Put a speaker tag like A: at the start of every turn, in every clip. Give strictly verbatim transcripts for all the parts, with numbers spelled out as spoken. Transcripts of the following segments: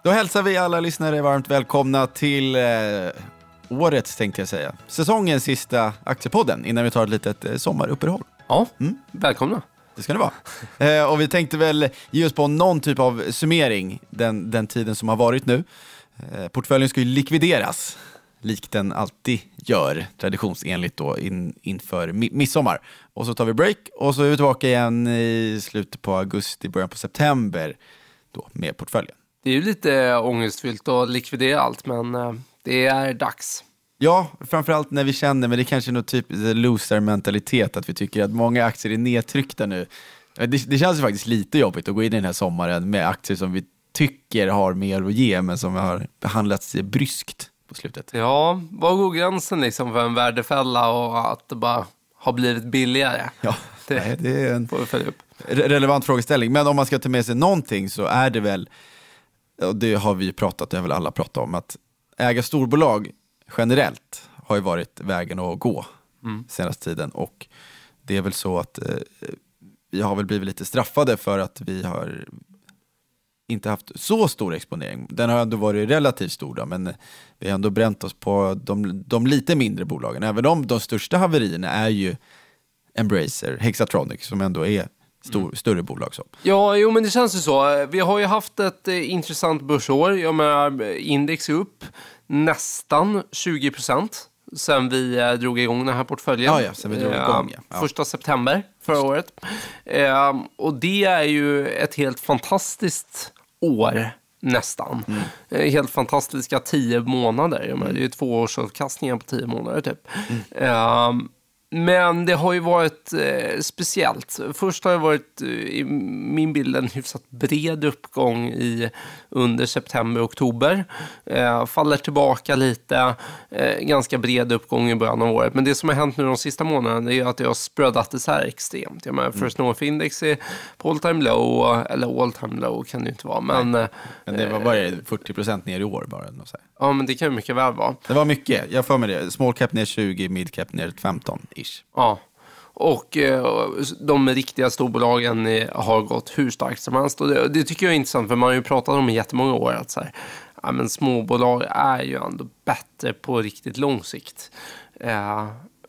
A: Då hälsar vi alla lyssnare varmt välkomna till eh, årets, tänkte jag säga, säsongens sista aktiepodden innan vi tar ett litet eh, sommaruppehåll.
B: Ja, mm. välkomna.
A: Det ska det vara. Eh, och vi tänkte väl ge oss på någon typ av summering den, den tiden som har varit nu. Eh, portföljen ska ju likvideras, likt den alltid gör, traditionsenligt då, in, inför mi- midsommar. Och så tar vi break och så är vi tillbaka igen i slutet på augusti, början på september då, med portföljen.
B: Det är ju lite ångestfyllt att likvidera allt, men eh, det är dags.
A: Ja, framförallt när vi känner, men det är kanske något typ loser-mentalitet, att vi tycker att många aktier är nedtryckta nu. Det, det känns ju faktiskt lite jobbigt att gå in i den här sommaren med aktier som vi tycker har mer att ge, men som har behandlats bryskt på slutet.
B: Ja, vad går gränsen liksom för en värdefälla och att det bara har blivit billigare?
A: Ja, det, nej, det är en
B: får vi följa upp.
A: Re- relevant frågeställning. Men om man ska ta med sig någonting så är det väl, och det har vi pratat, det har väl alla pratat om, att äga storbolag generellt har ju varit vägen att gå mm. senaste tiden, och det är väl så att eh, vi har väl blivit lite straffade för att vi har inte haft så stor exponering. Den har ändå varit relativt stor då, men vi har ändå bränt oss på de, de lite mindre bolagen. Även om de största haverierna är ju Embracer, Hexatronic, som ändå är stor, mm. större bolag. Så.
B: Ja, jo, men det känns ju så. Vi har ju haft ett eh, intressant börsår. Jag menar, index upp nästan tjugo procent sen vi eh, drog igång den här portföljen.
A: Ja, ja, sen vi drog igång, ja. Ja.
B: Första september förra året. Eh, och det är ju ett helt fantastiskt år nästan. Mm. Eh, helt fantastiska tio månader. Jag menar, det är ju två årsavkastningar på tio månader typ. Mm. Eh, Men det har ju varit eh, speciellt. Först har det varit, eh, i min bild, en hyfsat bred uppgång i, under september och oktober. Eh, faller tillbaka lite. Eh, ganska bred uppgång i början av året. Men det som har hänt nu de sista månaderna är att det har spreadat det så här extremt. Jag menar, First North Index är på all time low, eller all time low kan det inte vara. Men,
A: Nej, men det var bara fyrtio procent ner i år bara.
B: Ja, men det kan ju mycket väl vara.
A: Det var mycket, jag får med det. Small cap ner tjugo, mid cap ner femton ish.
B: Ja, och eh, de riktiga storbolagen eh, har gått hur starkt som helst. Och det, det tycker jag är intressant, för man har ju pratat om i jättemånga år att så här, ja, men småbolag är ju ändå bättre på riktigt lång sikt. Eh,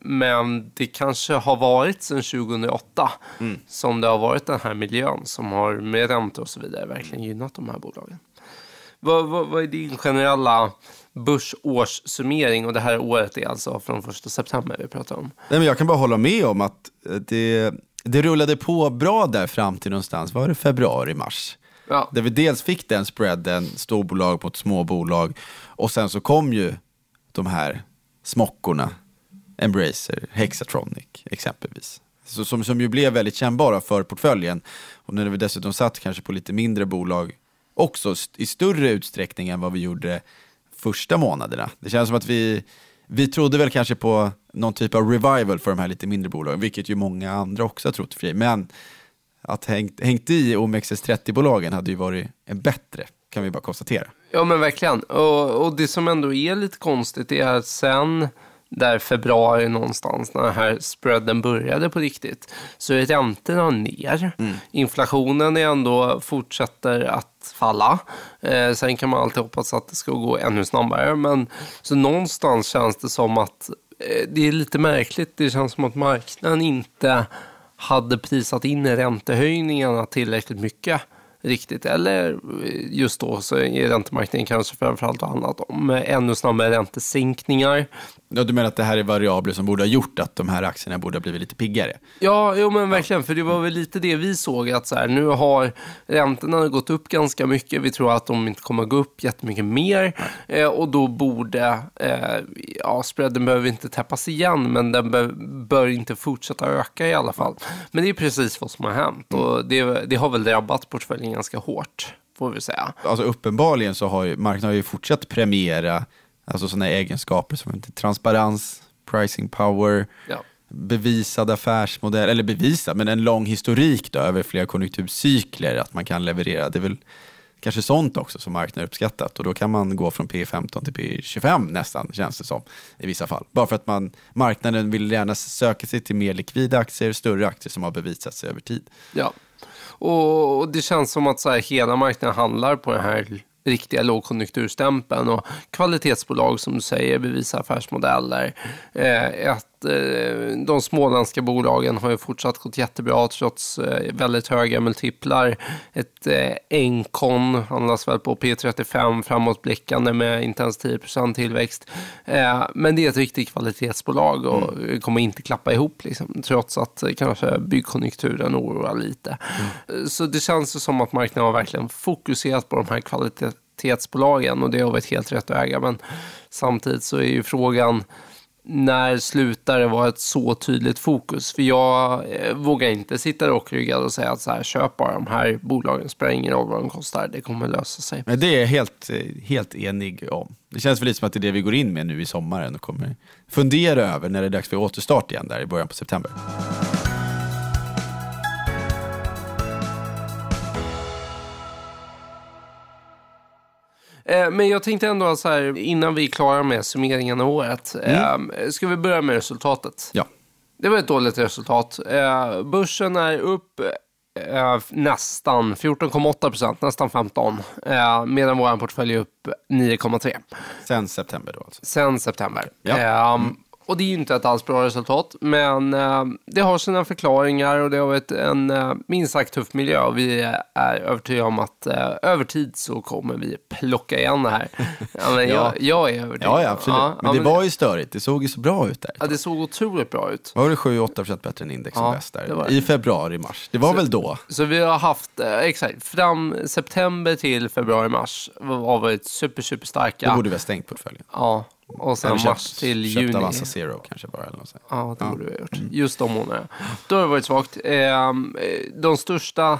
B: men det kanske har varit sedan tjugohundraåtta mm. som det har varit den här miljön som har med räntor och så vidare verkligen gynnat de här bolagen. Vad, vad, vad är din generella börsårssummering? Och det här året är alltså från första september vi pratar om.
A: Nej, men jag kan bara hålla med om att det, det rullade på bra där fram till någonstans, var det februari, mars. Ja. Där vi dels fick den spreaden, storbolag mot småbolag, och sen så kom ju de här smockorna, Embracer, Hexatronic exempelvis. Så, som, som ju blev väldigt kännbara för portföljen. Och när vi dessutom satt kanske på lite mindre bolag också i större utsträckning än vad vi gjorde första månaderna. Det känns som att vi, vi trodde väl kanske på någon typ av revival för de här lite mindre bolagen, vilket ju många andra också har trott för. Men att hängt, hängt i O M X S trettio-bolagen hade ju varit en bättre, kan vi bara konstatera.
B: Ja, men verkligen. Och, och det som ändå är lite konstigt är att sen där februari någonstans när den här spreaden började på riktigt, så är räntorna ner. Mm. Inflationen är ändå fortsätter att falla. Eh, sen kan man alltid hoppas att det ska gå ännu snabbare. Men så någonstans känns det som att eh, det är lite märkligt. Det känns som att marknaden inte hade prisat in räntehöjningarna tillräckligt mycket riktigt. Eller just då så är räntemarknaden kanske framförallt annat om ännu snabbare räntesänkningar.
A: Ja, du menar att det här är variabler som borde ha gjort att de här aktierna borde ha blivit lite piggare?
B: Ja, jo, men verkligen. För det var väl lite det vi såg, att så här, nu har räntorna gått upp ganska mycket. Vi tror att de inte kommer gå upp jättemycket mer. Eh, och då borde, eh, ja, spreaden behöver inte täppas igen, men den be- bör inte fortsätta öka i alla fall. Men det är precis vad som har hänt. Och det, det har väl drabbat portföljen ganska hårt, får vi säga.
A: Alltså uppenbarligen så har ju marknaden ju fortsatt premiera alltså sådana egenskaper som transparens, pricing power, ja. bevisad affärsmodell, eller bevisad, men en lång historik då, över flera konjunkturcykler att man kan leverera. Det är väl kanske sånt också som marknaden uppskattat, och då kan man gå från P femton till P tjugofem nästan, känns det som i vissa fall. Bara för att man, marknaden vill gärna söka sig till mer likvida aktier, större aktier som har bevisat sig över tid.
B: Ja. Och det känns som att så här, hela marknaden handlar på den här riktiga lågkonjunkturstämpeln, och kvalitetsbolag som du säger bevisar affärsmodeller. Eh, att eh, de småländska bolagen har ju fortsatt gått jättebra trots eh, väldigt höga multiplar. Ett eh, Encon handlas väl på P trettiofem framåtblickande med inte ens tio procent tillväxt. Eh, men det är ett riktigt kvalitetsbolag och mm. kommer inte klappa ihop liksom, trots att eh, kanske byggkonjunkturen oroar lite. Mm. Så det känns som att marknaden har verkligen fokuserat på de här kvalitetsbolagen, och det har varit helt rätt att äga. Men samtidigt så är ju frågan, när slutar det vara ett så tydligt fokus? För jag eh, vågar inte sitta och rygga och säga att så här, köp bara de här bolagen, spelar ingen roll vad de kostar, det kommer lösa sig.
A: Men det är jag helt, helt enig om. Det känns väl lite som att det är det vi går in med nu i sommaren och kommer fundera över när det är dags för återstart igen där i början på september.
B: Men jag tänkte ändå så här, innan vi är klara med summeringen av året, mm. eh, ska vi börja med resultatet?
A: Ja.
B: Det var ett dåligt resultat. Eh, börsen är upp eh, nästan fjorton komma åtta procent, nästan femton, eh, medan vår portfölj är upp nio komma tre.
A: Sen september då alltså?
B: Sen september.
A: Ja.
B: Eh,
A: mm.
B: Och det är ju inte ett alls bra resultat, men eh, det har sina förklaringar, och det har varit en eh, minst sagt tuff miljö, och vi är övertygade om att eh, över tid så kommer vi plocka igen det här. Ja, men
A: ja.
B: jag, jag är övertygad.
A: Ja, ja, absolut. Ja, men det ja, men var ju störigt. Det såg ju så bra ut där.
B: Ja, det såg otroligt bra ut.
A: Var det sju åtta procent bättre än index som
B: ja,
A: bäst där? I februari, mars. Det var
B: så,
A: väl då?
B: Så vi har haft, eh, exakt, fram september till februari, mars har varit super, super starka.
A: Då borde vi ha stängt portföljen.
B: Ja. Och sen
A: köpt,
B: mars till
A: köpt
B: juni.
A: Avanza Zero kanske bara. Eller något sånt.
B: Ja, det
A: ja.
B: borde vi ha gjort. Mm. Just de månaderna. Då har det varit svagt. Eh, de största,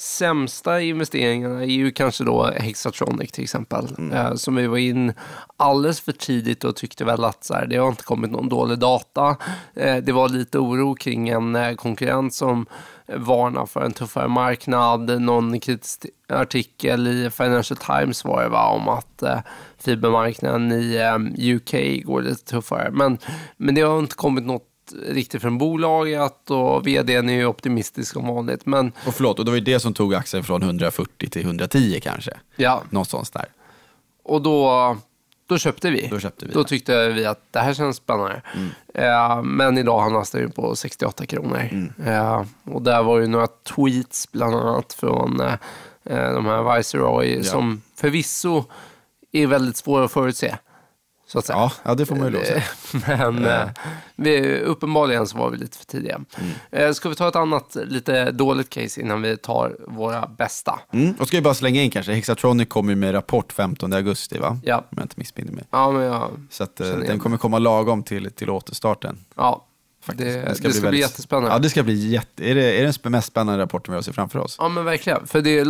B: sämsta investeringarna är ju kanske då Hexatronic till exempel. Mm. Eh, som vi var in alldeles för tidigt och tyckte väl att så här, det har inte kommit någon dålig data. Eh, det var lite oro kring en eh, konkurrent som varnar för en tuffare marknad. Någon kritisk artikel i Financial Times var det, va, om att eh, fibermarknaden i eh, U K går lite tuffare. Men, men det har inte kommit något riktigt från bolaget, och vdn är ju optimistisk som vanligt. Men,
A: och förlåt, och det var ju det som tog aktien från hundrafyrtio till hundratio kanske.
B: Ja.
A: Någonstans där.
B: Och då... Då köpte vi.
A: Då, köpte vi
B: Då tyckte vi att det här känns spännande. Mm. Eh, men idag handlas det ju på sextioåtta kronor. Mm. Eh, och där var ju några tweets bland annat från eh, de här Viceroy, ja. Som förvisso är väldigt svåra att förutse. Så att säga.
A: Ja, ja, det får man ju lov säga.
B: Men ja. eh, vi, uppenbarligen så var vi lite för tidiga. Mm. Eh, ska vi ta ett annat lite dåligt case innan vi tar våra bästa?
A: Mm. Och ska vi bara slänga in kanske, Hexatronic kommer med rapport femtonde augusti, va?
B: Ja.
A: Om jag inte missminner mig.
B: Ja, men jag
A: så att, eh, den kommer komma lagom till, till återstarten.
B: Ja.
A: Faktiskt.
B: Det,
A: det ska,
B: det
A: bli,
B: ska
A: väldigt,
B: bli jättespännande.
A: Ja, det ska bli jätte... Är det, är det den mest spännande rapporten vi har sett framför oss?
B: Ja, men verkligen. För det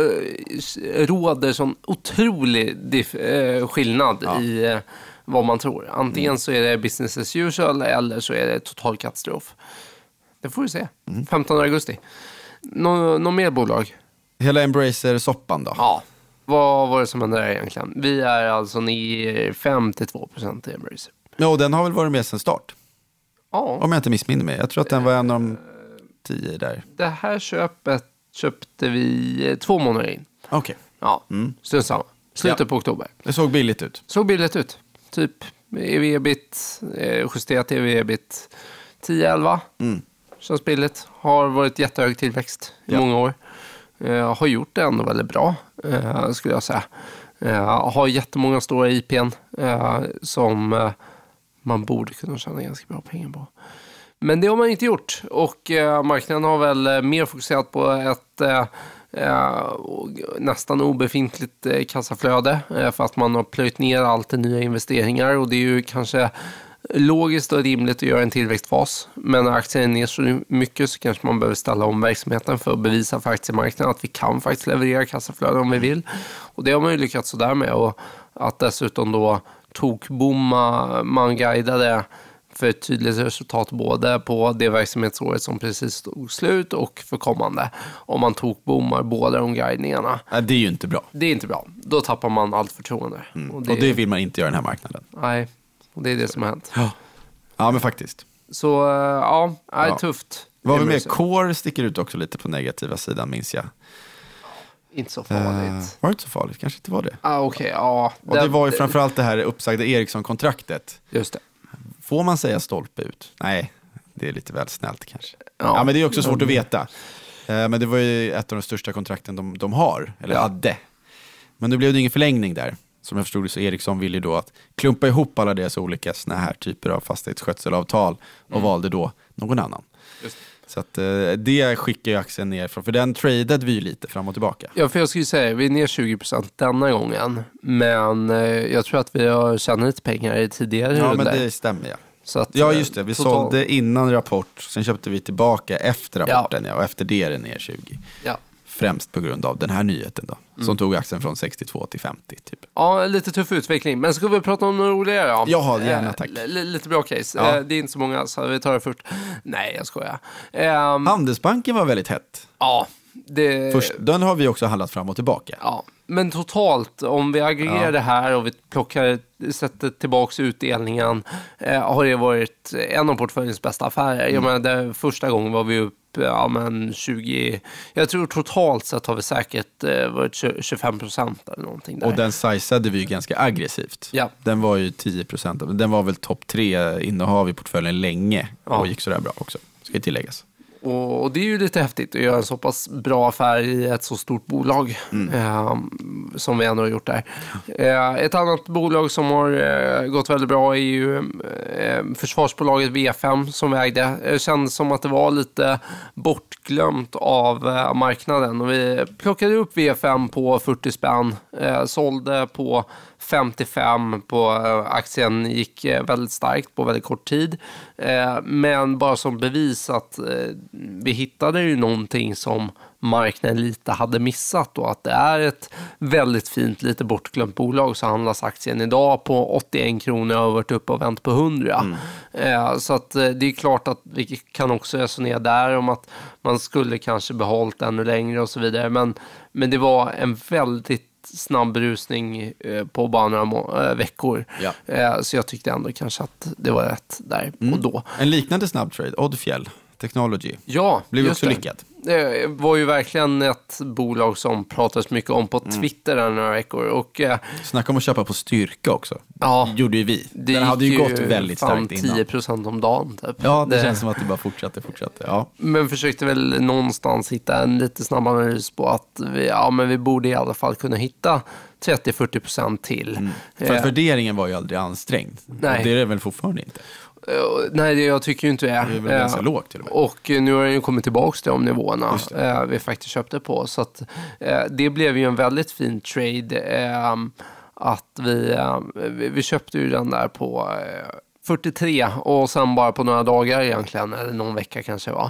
B: äh, råder sån otrolig diff, äh, skillnad ja. i äh, vad man tror. Antingen mm. så är det business as usual, eller så är det total katastrof. Det får vi se. Mm. femtonde augusti. Nå, någon mer bolag?
A: Hela Embracer-soppan då?
B: Ja. Vad var det som hände där egentligen? Vi är alltså ner fem till två procent i Embracer.
A: Ja, och den har väl varit med sedan start?
B: Ja.
A: Om jag inte missminner mig. Jag tror att den var en av de tio där.
B: Det här köpet köpte vi två månader in.
A: Okej. Okay.
B: Ja, mm. Strunt samma. Slutet ja. på oktober.
A: Det såg billigt ut.
B: Såg billigt ut. Typ E V-ebit, justerat E V-ebit tio elva. Mm. Känns billigt. Har varit jättehög tillväxt i ja. många år. Uh, har gjort det ändå väldigt bra, uh, skulle jag säga. Uh, har jättemånga stora I P:n uh, som uh, man borde kunna tjäna ganska bra pengar på. Men det har man inte gjort. Och uh, marknaden har väl uh, mer fokuserat på ett uh, uh, nästan obefintligt uh, kassaflöde. Uh, för att man har plöjt ner allt i nya investeringar. Och det är ju kanske logiskt och rimligt att göra en tillväxtfas. Men när aktien är ner så mycket så kanske man behöver ställa om verksamheten för att bevisa för aktiemarknaden att vi kan faktiskt leverera kassaflöde om vi vill. Och det har man ju lyckats sådär med. Och att dessutom då tokbomma, man guidade för ett tydligt resultat både på det verksamhetsåret som precis tog slut och för kommande. Om man tokbommar båda de guidningarna.
A: Ja, det är ju inte bra.
B: Det är inte bra. Då tappar man allt förtroende.
A: Mm. Och, det... och det vill man inte göra i den här marknaden.
B: Nej. Och det är det som har hänt.
A: Ja, ja men faktiskt.
B: Så ja, det är ja. tufft.
A: Vad vi med? Core sticker ut också lite på negativa sidan, minns jag.
B: Inte så farligt. Uh,
A: var det inte så farligt? Kanske inte var det.
B: Ah, okay, ja.
A: Och det, det var ju framförallt det här uppsagda Ericsson-kontraktet.
B: Just det.
A: Får man säga stolpe ut? Nej, det är lite väl snällt kanske. Ja, ja men det är också svårt att veta. Uh, men det var ju ett av de största kontrakten de, de har, eller ja. hade. Men nu blev det ingen förlängning där. Som jag förstod det så Ericsson ville ju då att klumpa ihop alla deras olika såna här typer av fastighetsskötselavtal och mm. valde då någon annan. Just. Så att eh, det skickar ju aktien ner för, för den traded vi ju lite fram och tillbaka.
B: Ja, för jag skulle säga vi är ner tjugo procent denna gången. Men eh, jag tror att vi har tjänat lite pengar i tidigare
A: Ja,
B: runder.
A: men det stämmer ja.
B: Så att,
A: ja, just det. Vi total... sålde innan rapport, sen köpte vi tillbaka efter rapporten ja. Ja, och efter det är det ner tjugo. Ja. Främst på grund av den här nyheten då. Mm. Som tog aktien från sextiotvå till femtio typ.
B: Ja, lite tuff utveckling. Men ska vi prata om något roligare då?
A: Ja, gärna tack.
B: Eh, l- lite bra case. Ja. Eh, det är inte så många så vi tar det först. Nej, jag skojar. Eh,
A: Handelsbanken var väldigt hett.
B: Ja. Det...
A: Först, den har vi också handlat fram och tillbaka.
B: Ja, men totalt om vi aggregerar ja. det här och vi plockar, sätter tillbaka utdelningen eh, har det varit en av portföljens bästa affärer. Mm. Jag menar, det, första gången var vi upp ja, men tjugo, jag tror totalt sett har vi säkert eh, varit tjugofem procent eller någonting där.
A: Och den sizeade vi ju ganska aggressivt.
B: Ja. Den
A: var ju tio procent. Den var väl topp tre innehav i portföljen länge och ja. gick sådär bra också, ska tilläggas.
B: Och det är ju lite häftigt att göra en så pass bra affär i ett så stort bolag mm. eh, som vi ändå har gjort där. Eh, ett annat bolag som har eh, gått väldigt bra är ju eh, försvarsbolaget V fem som vi ägde. Det kändes som att det var lite bortglömt av eh, marknaden. Och vi plockade upp V fem på fyrtio spänn, eh, sålde på femtiofem på äh, aktien gick äh, väldigt starkt på väldigt kort tid. Äh, men bara som bevis att äh, vi hittade ju någonting som marknaden lite hade missat och att det är ett väldigt fint, lite bortglömt bolag, så handlas aktien idag på åttioen kronor och har varit uppe och vänt på hundra. Mm. Äh, så att äh, det är klart att vi kan också resonera där om att man skulle kanske behållit ännu längre och så vidare. Men, men det var en väldigt snabb berusning eh, på bara några må- äh, veckor. Ja. Eh, så jag tyckte ändå kanske att det var rätt där mm. och då.
A: En liknande snabb trade, Odfjell Technology.
B: Ja,
A: blev också det. lyckat.
B: Det var ju verkligen ett bolag som pratades mycket om på Twitter mm. några veckor. Och, eh,
A: snacka om att köpa på styrka också.
B: Ja,
A: gjorde ju vi. Den hade ju, ju gått väldigt starkt innan.
B: tio procent om dagen typ.
A: Ja, det, det känns som att det bara fortsatte, fortsatte. Ja.
B: Men försökte väl någonstans hitta en lite snabb analys på att vi, ja, men vi borde i alla fall kunna hitta trettio till fyrtio procent till. Mm.
A: För att värderingen var ju aldrig ansträngd. Nej. Det är det väl fortfarande inte.
B: Uh, nej, det jag tycker ju inte är.
A: Det är väl uh, ganska lågt till och med.
B: Och uh, nu har den ju kommit tillbaka till de nivåerna uh, vi faktiskt köpte på. Så att uh, det blev ju en väldigt fin trade. Uh, att vi, uh, vi, vi köpte ju den där på uh, fyrtiotre och sen bara på några dagar egentligen, eller någon vecka kanske var,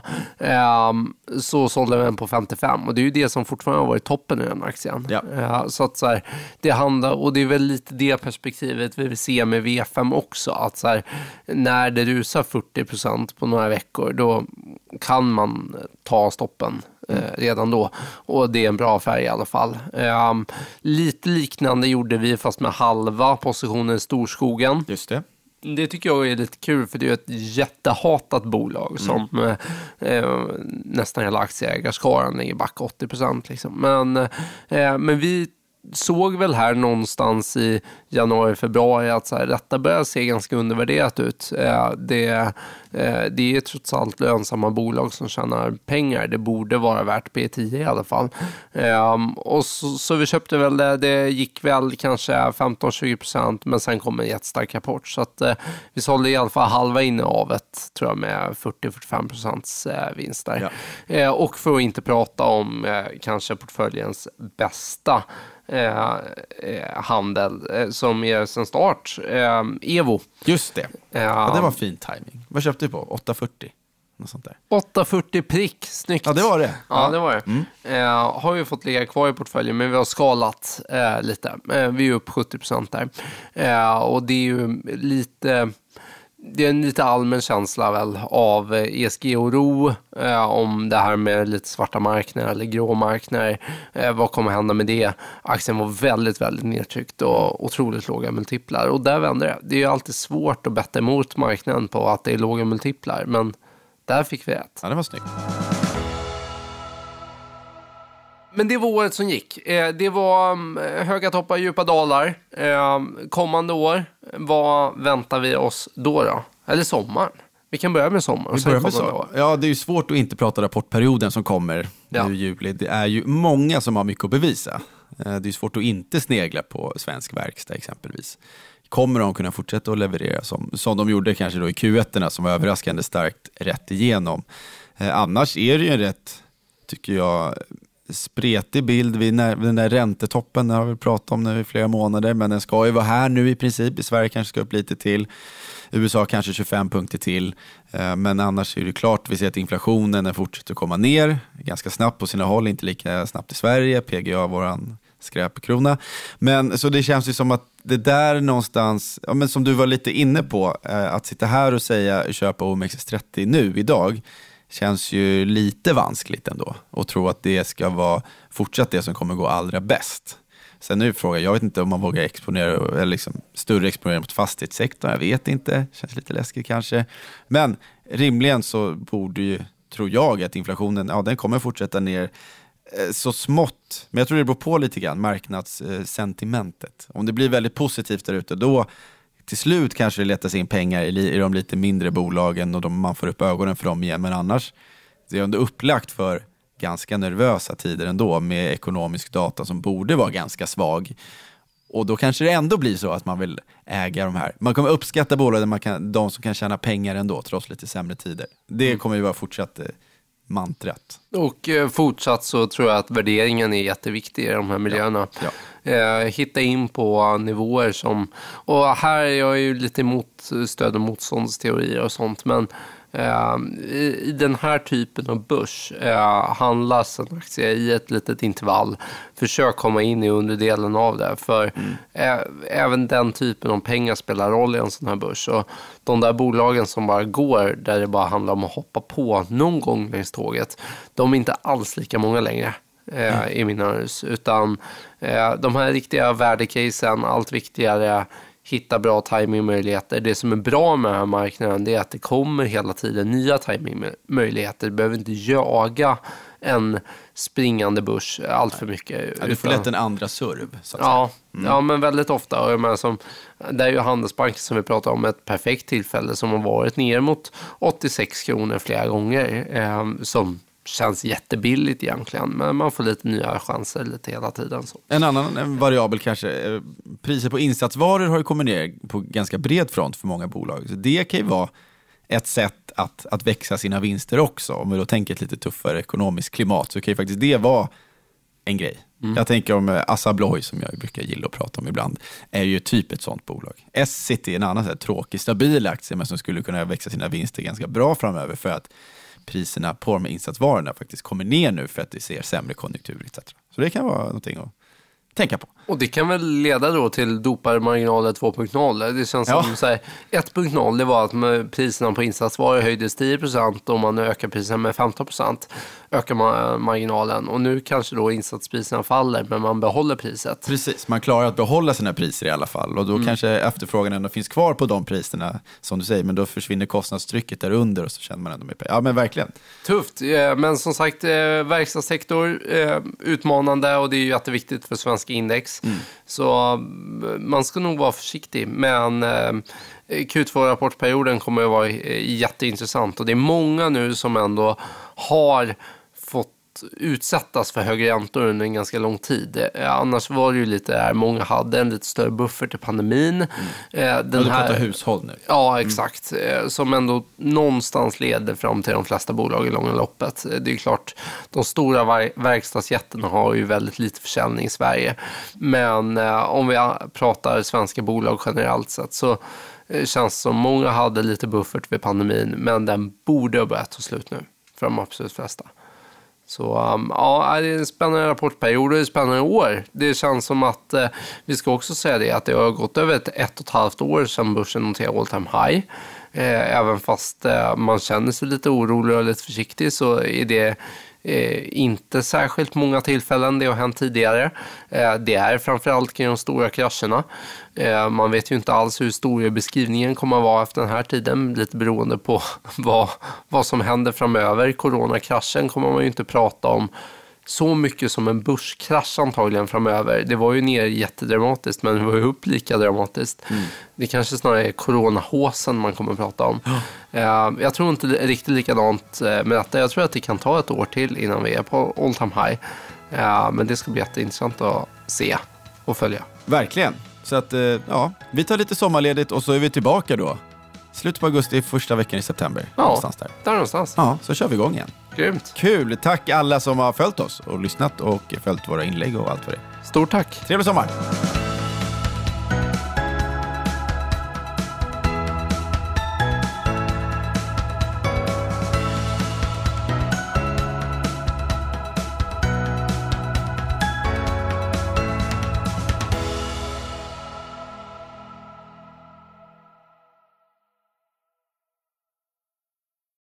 B: um, så sålde den på femtiofem, och det är ju det som fortfarande har varit toppen i den aktien. Ja. Uh, så att så här, det handlar, och det är väl lite det perspektivet vi vill se med V fem också, att så här, när det rusar fyrtio procent på några veckor, då kan man ta stoppen eh, redan då, och det är en bra affär i alla fall. Um, lite liknande gjorde vi fast med halva positionen i Storskogen.
A: Just det.
B: Det tycker jag är lite kul, för det är ett jättehatat bolag som mm. eh, nästan hela aktieägarskaran ligger back åttio procent. Liksom. Men, eh, men vi såg väl här någonstans i januari, februari att så här, detta börjar se ganska undervärderat ut. Eh, det, eh, det är trots allt lönsamma bolag som tjänar pengar. Det borde vara värt P tio i alla fall. Eh, och så, så vi köpte väl det. Det gick väl kanske femton till tjugo procent, men sen kom en jättestark rapport. Så att, eh, vi sålde i alla fall halva innehavet, tror jag, med fyrtio till fyrtiofem procents eh, vinst där. Ja. Eh, och för att inte prata om eh, kanske portföljens bästa Eh, eh, handel eh, som är sen start, eh, Evo.
A: Just det, eh, ja, det var fin timing. Vad köpte du på? åtta fyrtio? Något sånt där.
B: åtta fyrtio prick, snyggt.
A: Ja, det var det.
B: Ja, ja det var det. Mm. Eh, har ju fått ligga kvar i portföljen, men vi har skalat eh, lite. Eh, vi är upp sjuttio procent där. Eh, och det är ju lite... Det är en lite allmän känsla väl av E S G-oro eh, om det här med lite svarta marknader eller grå marknader. Eh, vad kommer hända med det? Aktien var väldigt, väldigt nedtryckt och otroligt låga multiplar. Och där vänder det. Det är ju alltid svårt att betta emot marknaden på att det är låga multiplar. Men där fick vi rätt.
A: Ja, det var snyggt.
B: Men det var året som gick. Det var höga toppar, djupa dalar. Kommande år, vad väntar vi oss då då? Eller sommaren? Vi kan börja med sommaren.
A: Vi börjar med så. Ja, det är ju svårt att inte prata rapportperioden som kommer ja. nu i juli. Det är ju många som har mycket att bevisa. Det är svårt att inte snegla på svensk verkstad exempelvis. Kommer de kunna fortsätta att leverera som, som de gjorde kanske då i Q ett som var överraskande starkt rätt igenom. Eh, annars är det ju en rätt, tycker jag, spretig bild vid när, den där räntetoppen. Den har vi pratat om nu i flera månader, men den ska ju vara här nu i princip. I Sverige kanske ska upp lite till. U S A kanske tjugofem punkter till. Eh, men annars är det klart, vi ser att inflationen den fortsätter att komma ner ganska snabbt på sina håll, inte lika snabbt i Sverige. P G A, våran skräpkrona. Men så det känns ju som att det där någonstans, ja, men som du var lite inne på, eh, att sitta här och säga köpa O M X S trettio nu idag känns ju lite vanskligt ändå. Och tro att det ska vara fortsatt det som kommer gå allra bäst. Sen är det frågan, jag vet inte om man vågar exponera eller liksom större exponering mot fastighetssektorn, jag vet inte, känns lite läskigt kanske. Men rimligen så borde ju, tror jag, att inflationen, ja, den kommer fortsätta ner så smått, men jag tror det beror på lite grann marknadssentimentet. Om det blir väldigt positivt där ute, då till slut kanske det letar sig in pengar i, i de lite mindre bolagen och de, man får upp ögonen för dem igen. Men annars det är ändå upplagt för ganska nervösa tider ändå med ekonomisk data som borde vara ganska svag. Och då kanske det ändå blir så att man vill äga de här. Man kommer uppskatta bolagen, man kan, de som kan tjäna pengar ändå trots lite sämre tider. Det kommer ju vara fortsatt mantrat.
B: Och eh, fortsatt så tror jag att värderingen är jätteviktig i de här miljöerna. Ja, ja. Eh, hitta in på nivåer som, och här är jag ju lite emot stöd- och motståndsteorier och sånt, men eh, i, i den här typen av börs eh, handlas en aktie i ett litet intervall. Försök komma in i underdelen av det, för mm. eh, även den typen av pengar spelar roll i en sån här börs. Och de där bolagen som bara går där det bara handlar om att hoppa på någon gång längs tåget, de är inte alls lika många längre eh, mm. i min analys, utan eh, de här riktiga värdecasen, allt viktigare, hitta bra timingmöjligheter. Det som är bra med den här marknaden, det är att det kommer hela tiden nya timingmöjligheter. Du behöver inte jaga en springande börs allt för mycket.
A: Ja, du får lätt en andra serv. Så att
B: ja,
A: mm.
B: ja, men väldigt ofta. Och jag menar, som, det är ju Handelsbanken som vi pratar om, ett perfekt tillfälle som har varit ner mot åttiosex kronor flera gånger. Eh, som känns jättebilligt egentligen, men man får lite nya chanser lite hela tiden. Så.
A: En annan en variabel kanske, priser på insatsvaror har ju kommit ner på ganska bred front för många bolag. Så det kan ju vara ett sätt att, att växa sina vinster också. Om vi då tänker ett lite tuffare ekonomiskt klimat, så kan ju faktiskt det vara en grej. Mm. Jag tänker om Assa Abloy, som jag brukar gilla att prata om ibland, är ju typ ett sånt bolag. S-City är en annan så här tråkig, stabil aktie, men som skulle kunna växa sina vinster ganska bra framöver, för att priserna på de insatsvarorna faktiskt kommer ner nu för att det ser sämre konjunktur et cetera. Så det kan vara någonting att tänka på.
B: Och det kan väl leda då till doparmarginaler två punkt noll. Det känns ja. som så här, ett punkt noll, det var att priserna på insatsvaror höjdes tio procent och man ökar priserna med femton procent. Ökar man marginalen. Och nu kanske då insatspriserna faller, men man behåller priset.
A: Precis, man klarar att behålla sina priser i alla fall. Och då mm. kanske efterfrågan ändå finns kvar på de priserna, som du säger. Men då försvinner kostnadstrycket där under och så känner man ändå mer pengar. Ja, men verkligen.
B: Tufft, men som sagt, verkstadssektor utmanande, och det är ju jätteviktigt för svenska index. Mm. Så man ska nog vara försiktig, men Q två-rapportperioden kommer att vara jätteintressant, och det är många nu som ändå har fått utsättas för högre räntor under en ganska lång tid. Annars var det ju lite där, många hade en lite större buffert till pandemin.
A: Mm. Den här hushåll nu.
B: Ja, exakt. Mm. Som ändå någonstans leder fram till de flesta bolag i långa loppet. Det är klart, de stora verkstadsjätterna har ju väldigt lite försäljning i Sverige. Men eh, om vi pratar svenska bolag generellt sett, så känns som många hade lite buffert vid pandemin, men den borde ha börjat ta slut nu för de absolut flesta. Så um, ja, det är en spännande rapportperiod och det är ett spännande år. Det känns som att eh, vi ska också säga det, att det har gått över ett ett och ett halvt år sedan börsen noterade all time high. Eh, även fast eh, man känner sig lite orolig och lite försiktig, så är det Eh, inte särskilt många tillfällen det har hänt tidigare. Eh, det är framförallt kring de stora krascherna. Eh, man vet ju inte alls hur stor beskrivningen kommer att vara efter den här tiden, lite beroende på vad, vad som händer framöver. Coronakraschen kommer man ju inte prata om så mycket som en börskrasch antagligen framöver. Det var ju ner jättedramatiskt, men det var ju upp lika dramatiskt. Mm. Det kanske snarare är coronahåsen man kommer att prata om. Ja. Jag tror inte riktigt likadant med detta. Jag tror att det kan ta ett år till innan vi är på all time high. Men det ska bli jätteintressant att se och följa.
A: Verkligen. Så att, ja, vi tar lite sommarledigt och så är vi tillbaka då. Slutet på augusti, första veckan i september.
B: Ja, någonstans där. där någonstans.
A: Ja, så kör vi igång igen.
B: Grymt.
A: Kul. Tack alla som har följt oss och lyssnat och följt våra inlägg och allt för det.
B: Stort tack.
A: Trevlig sommar.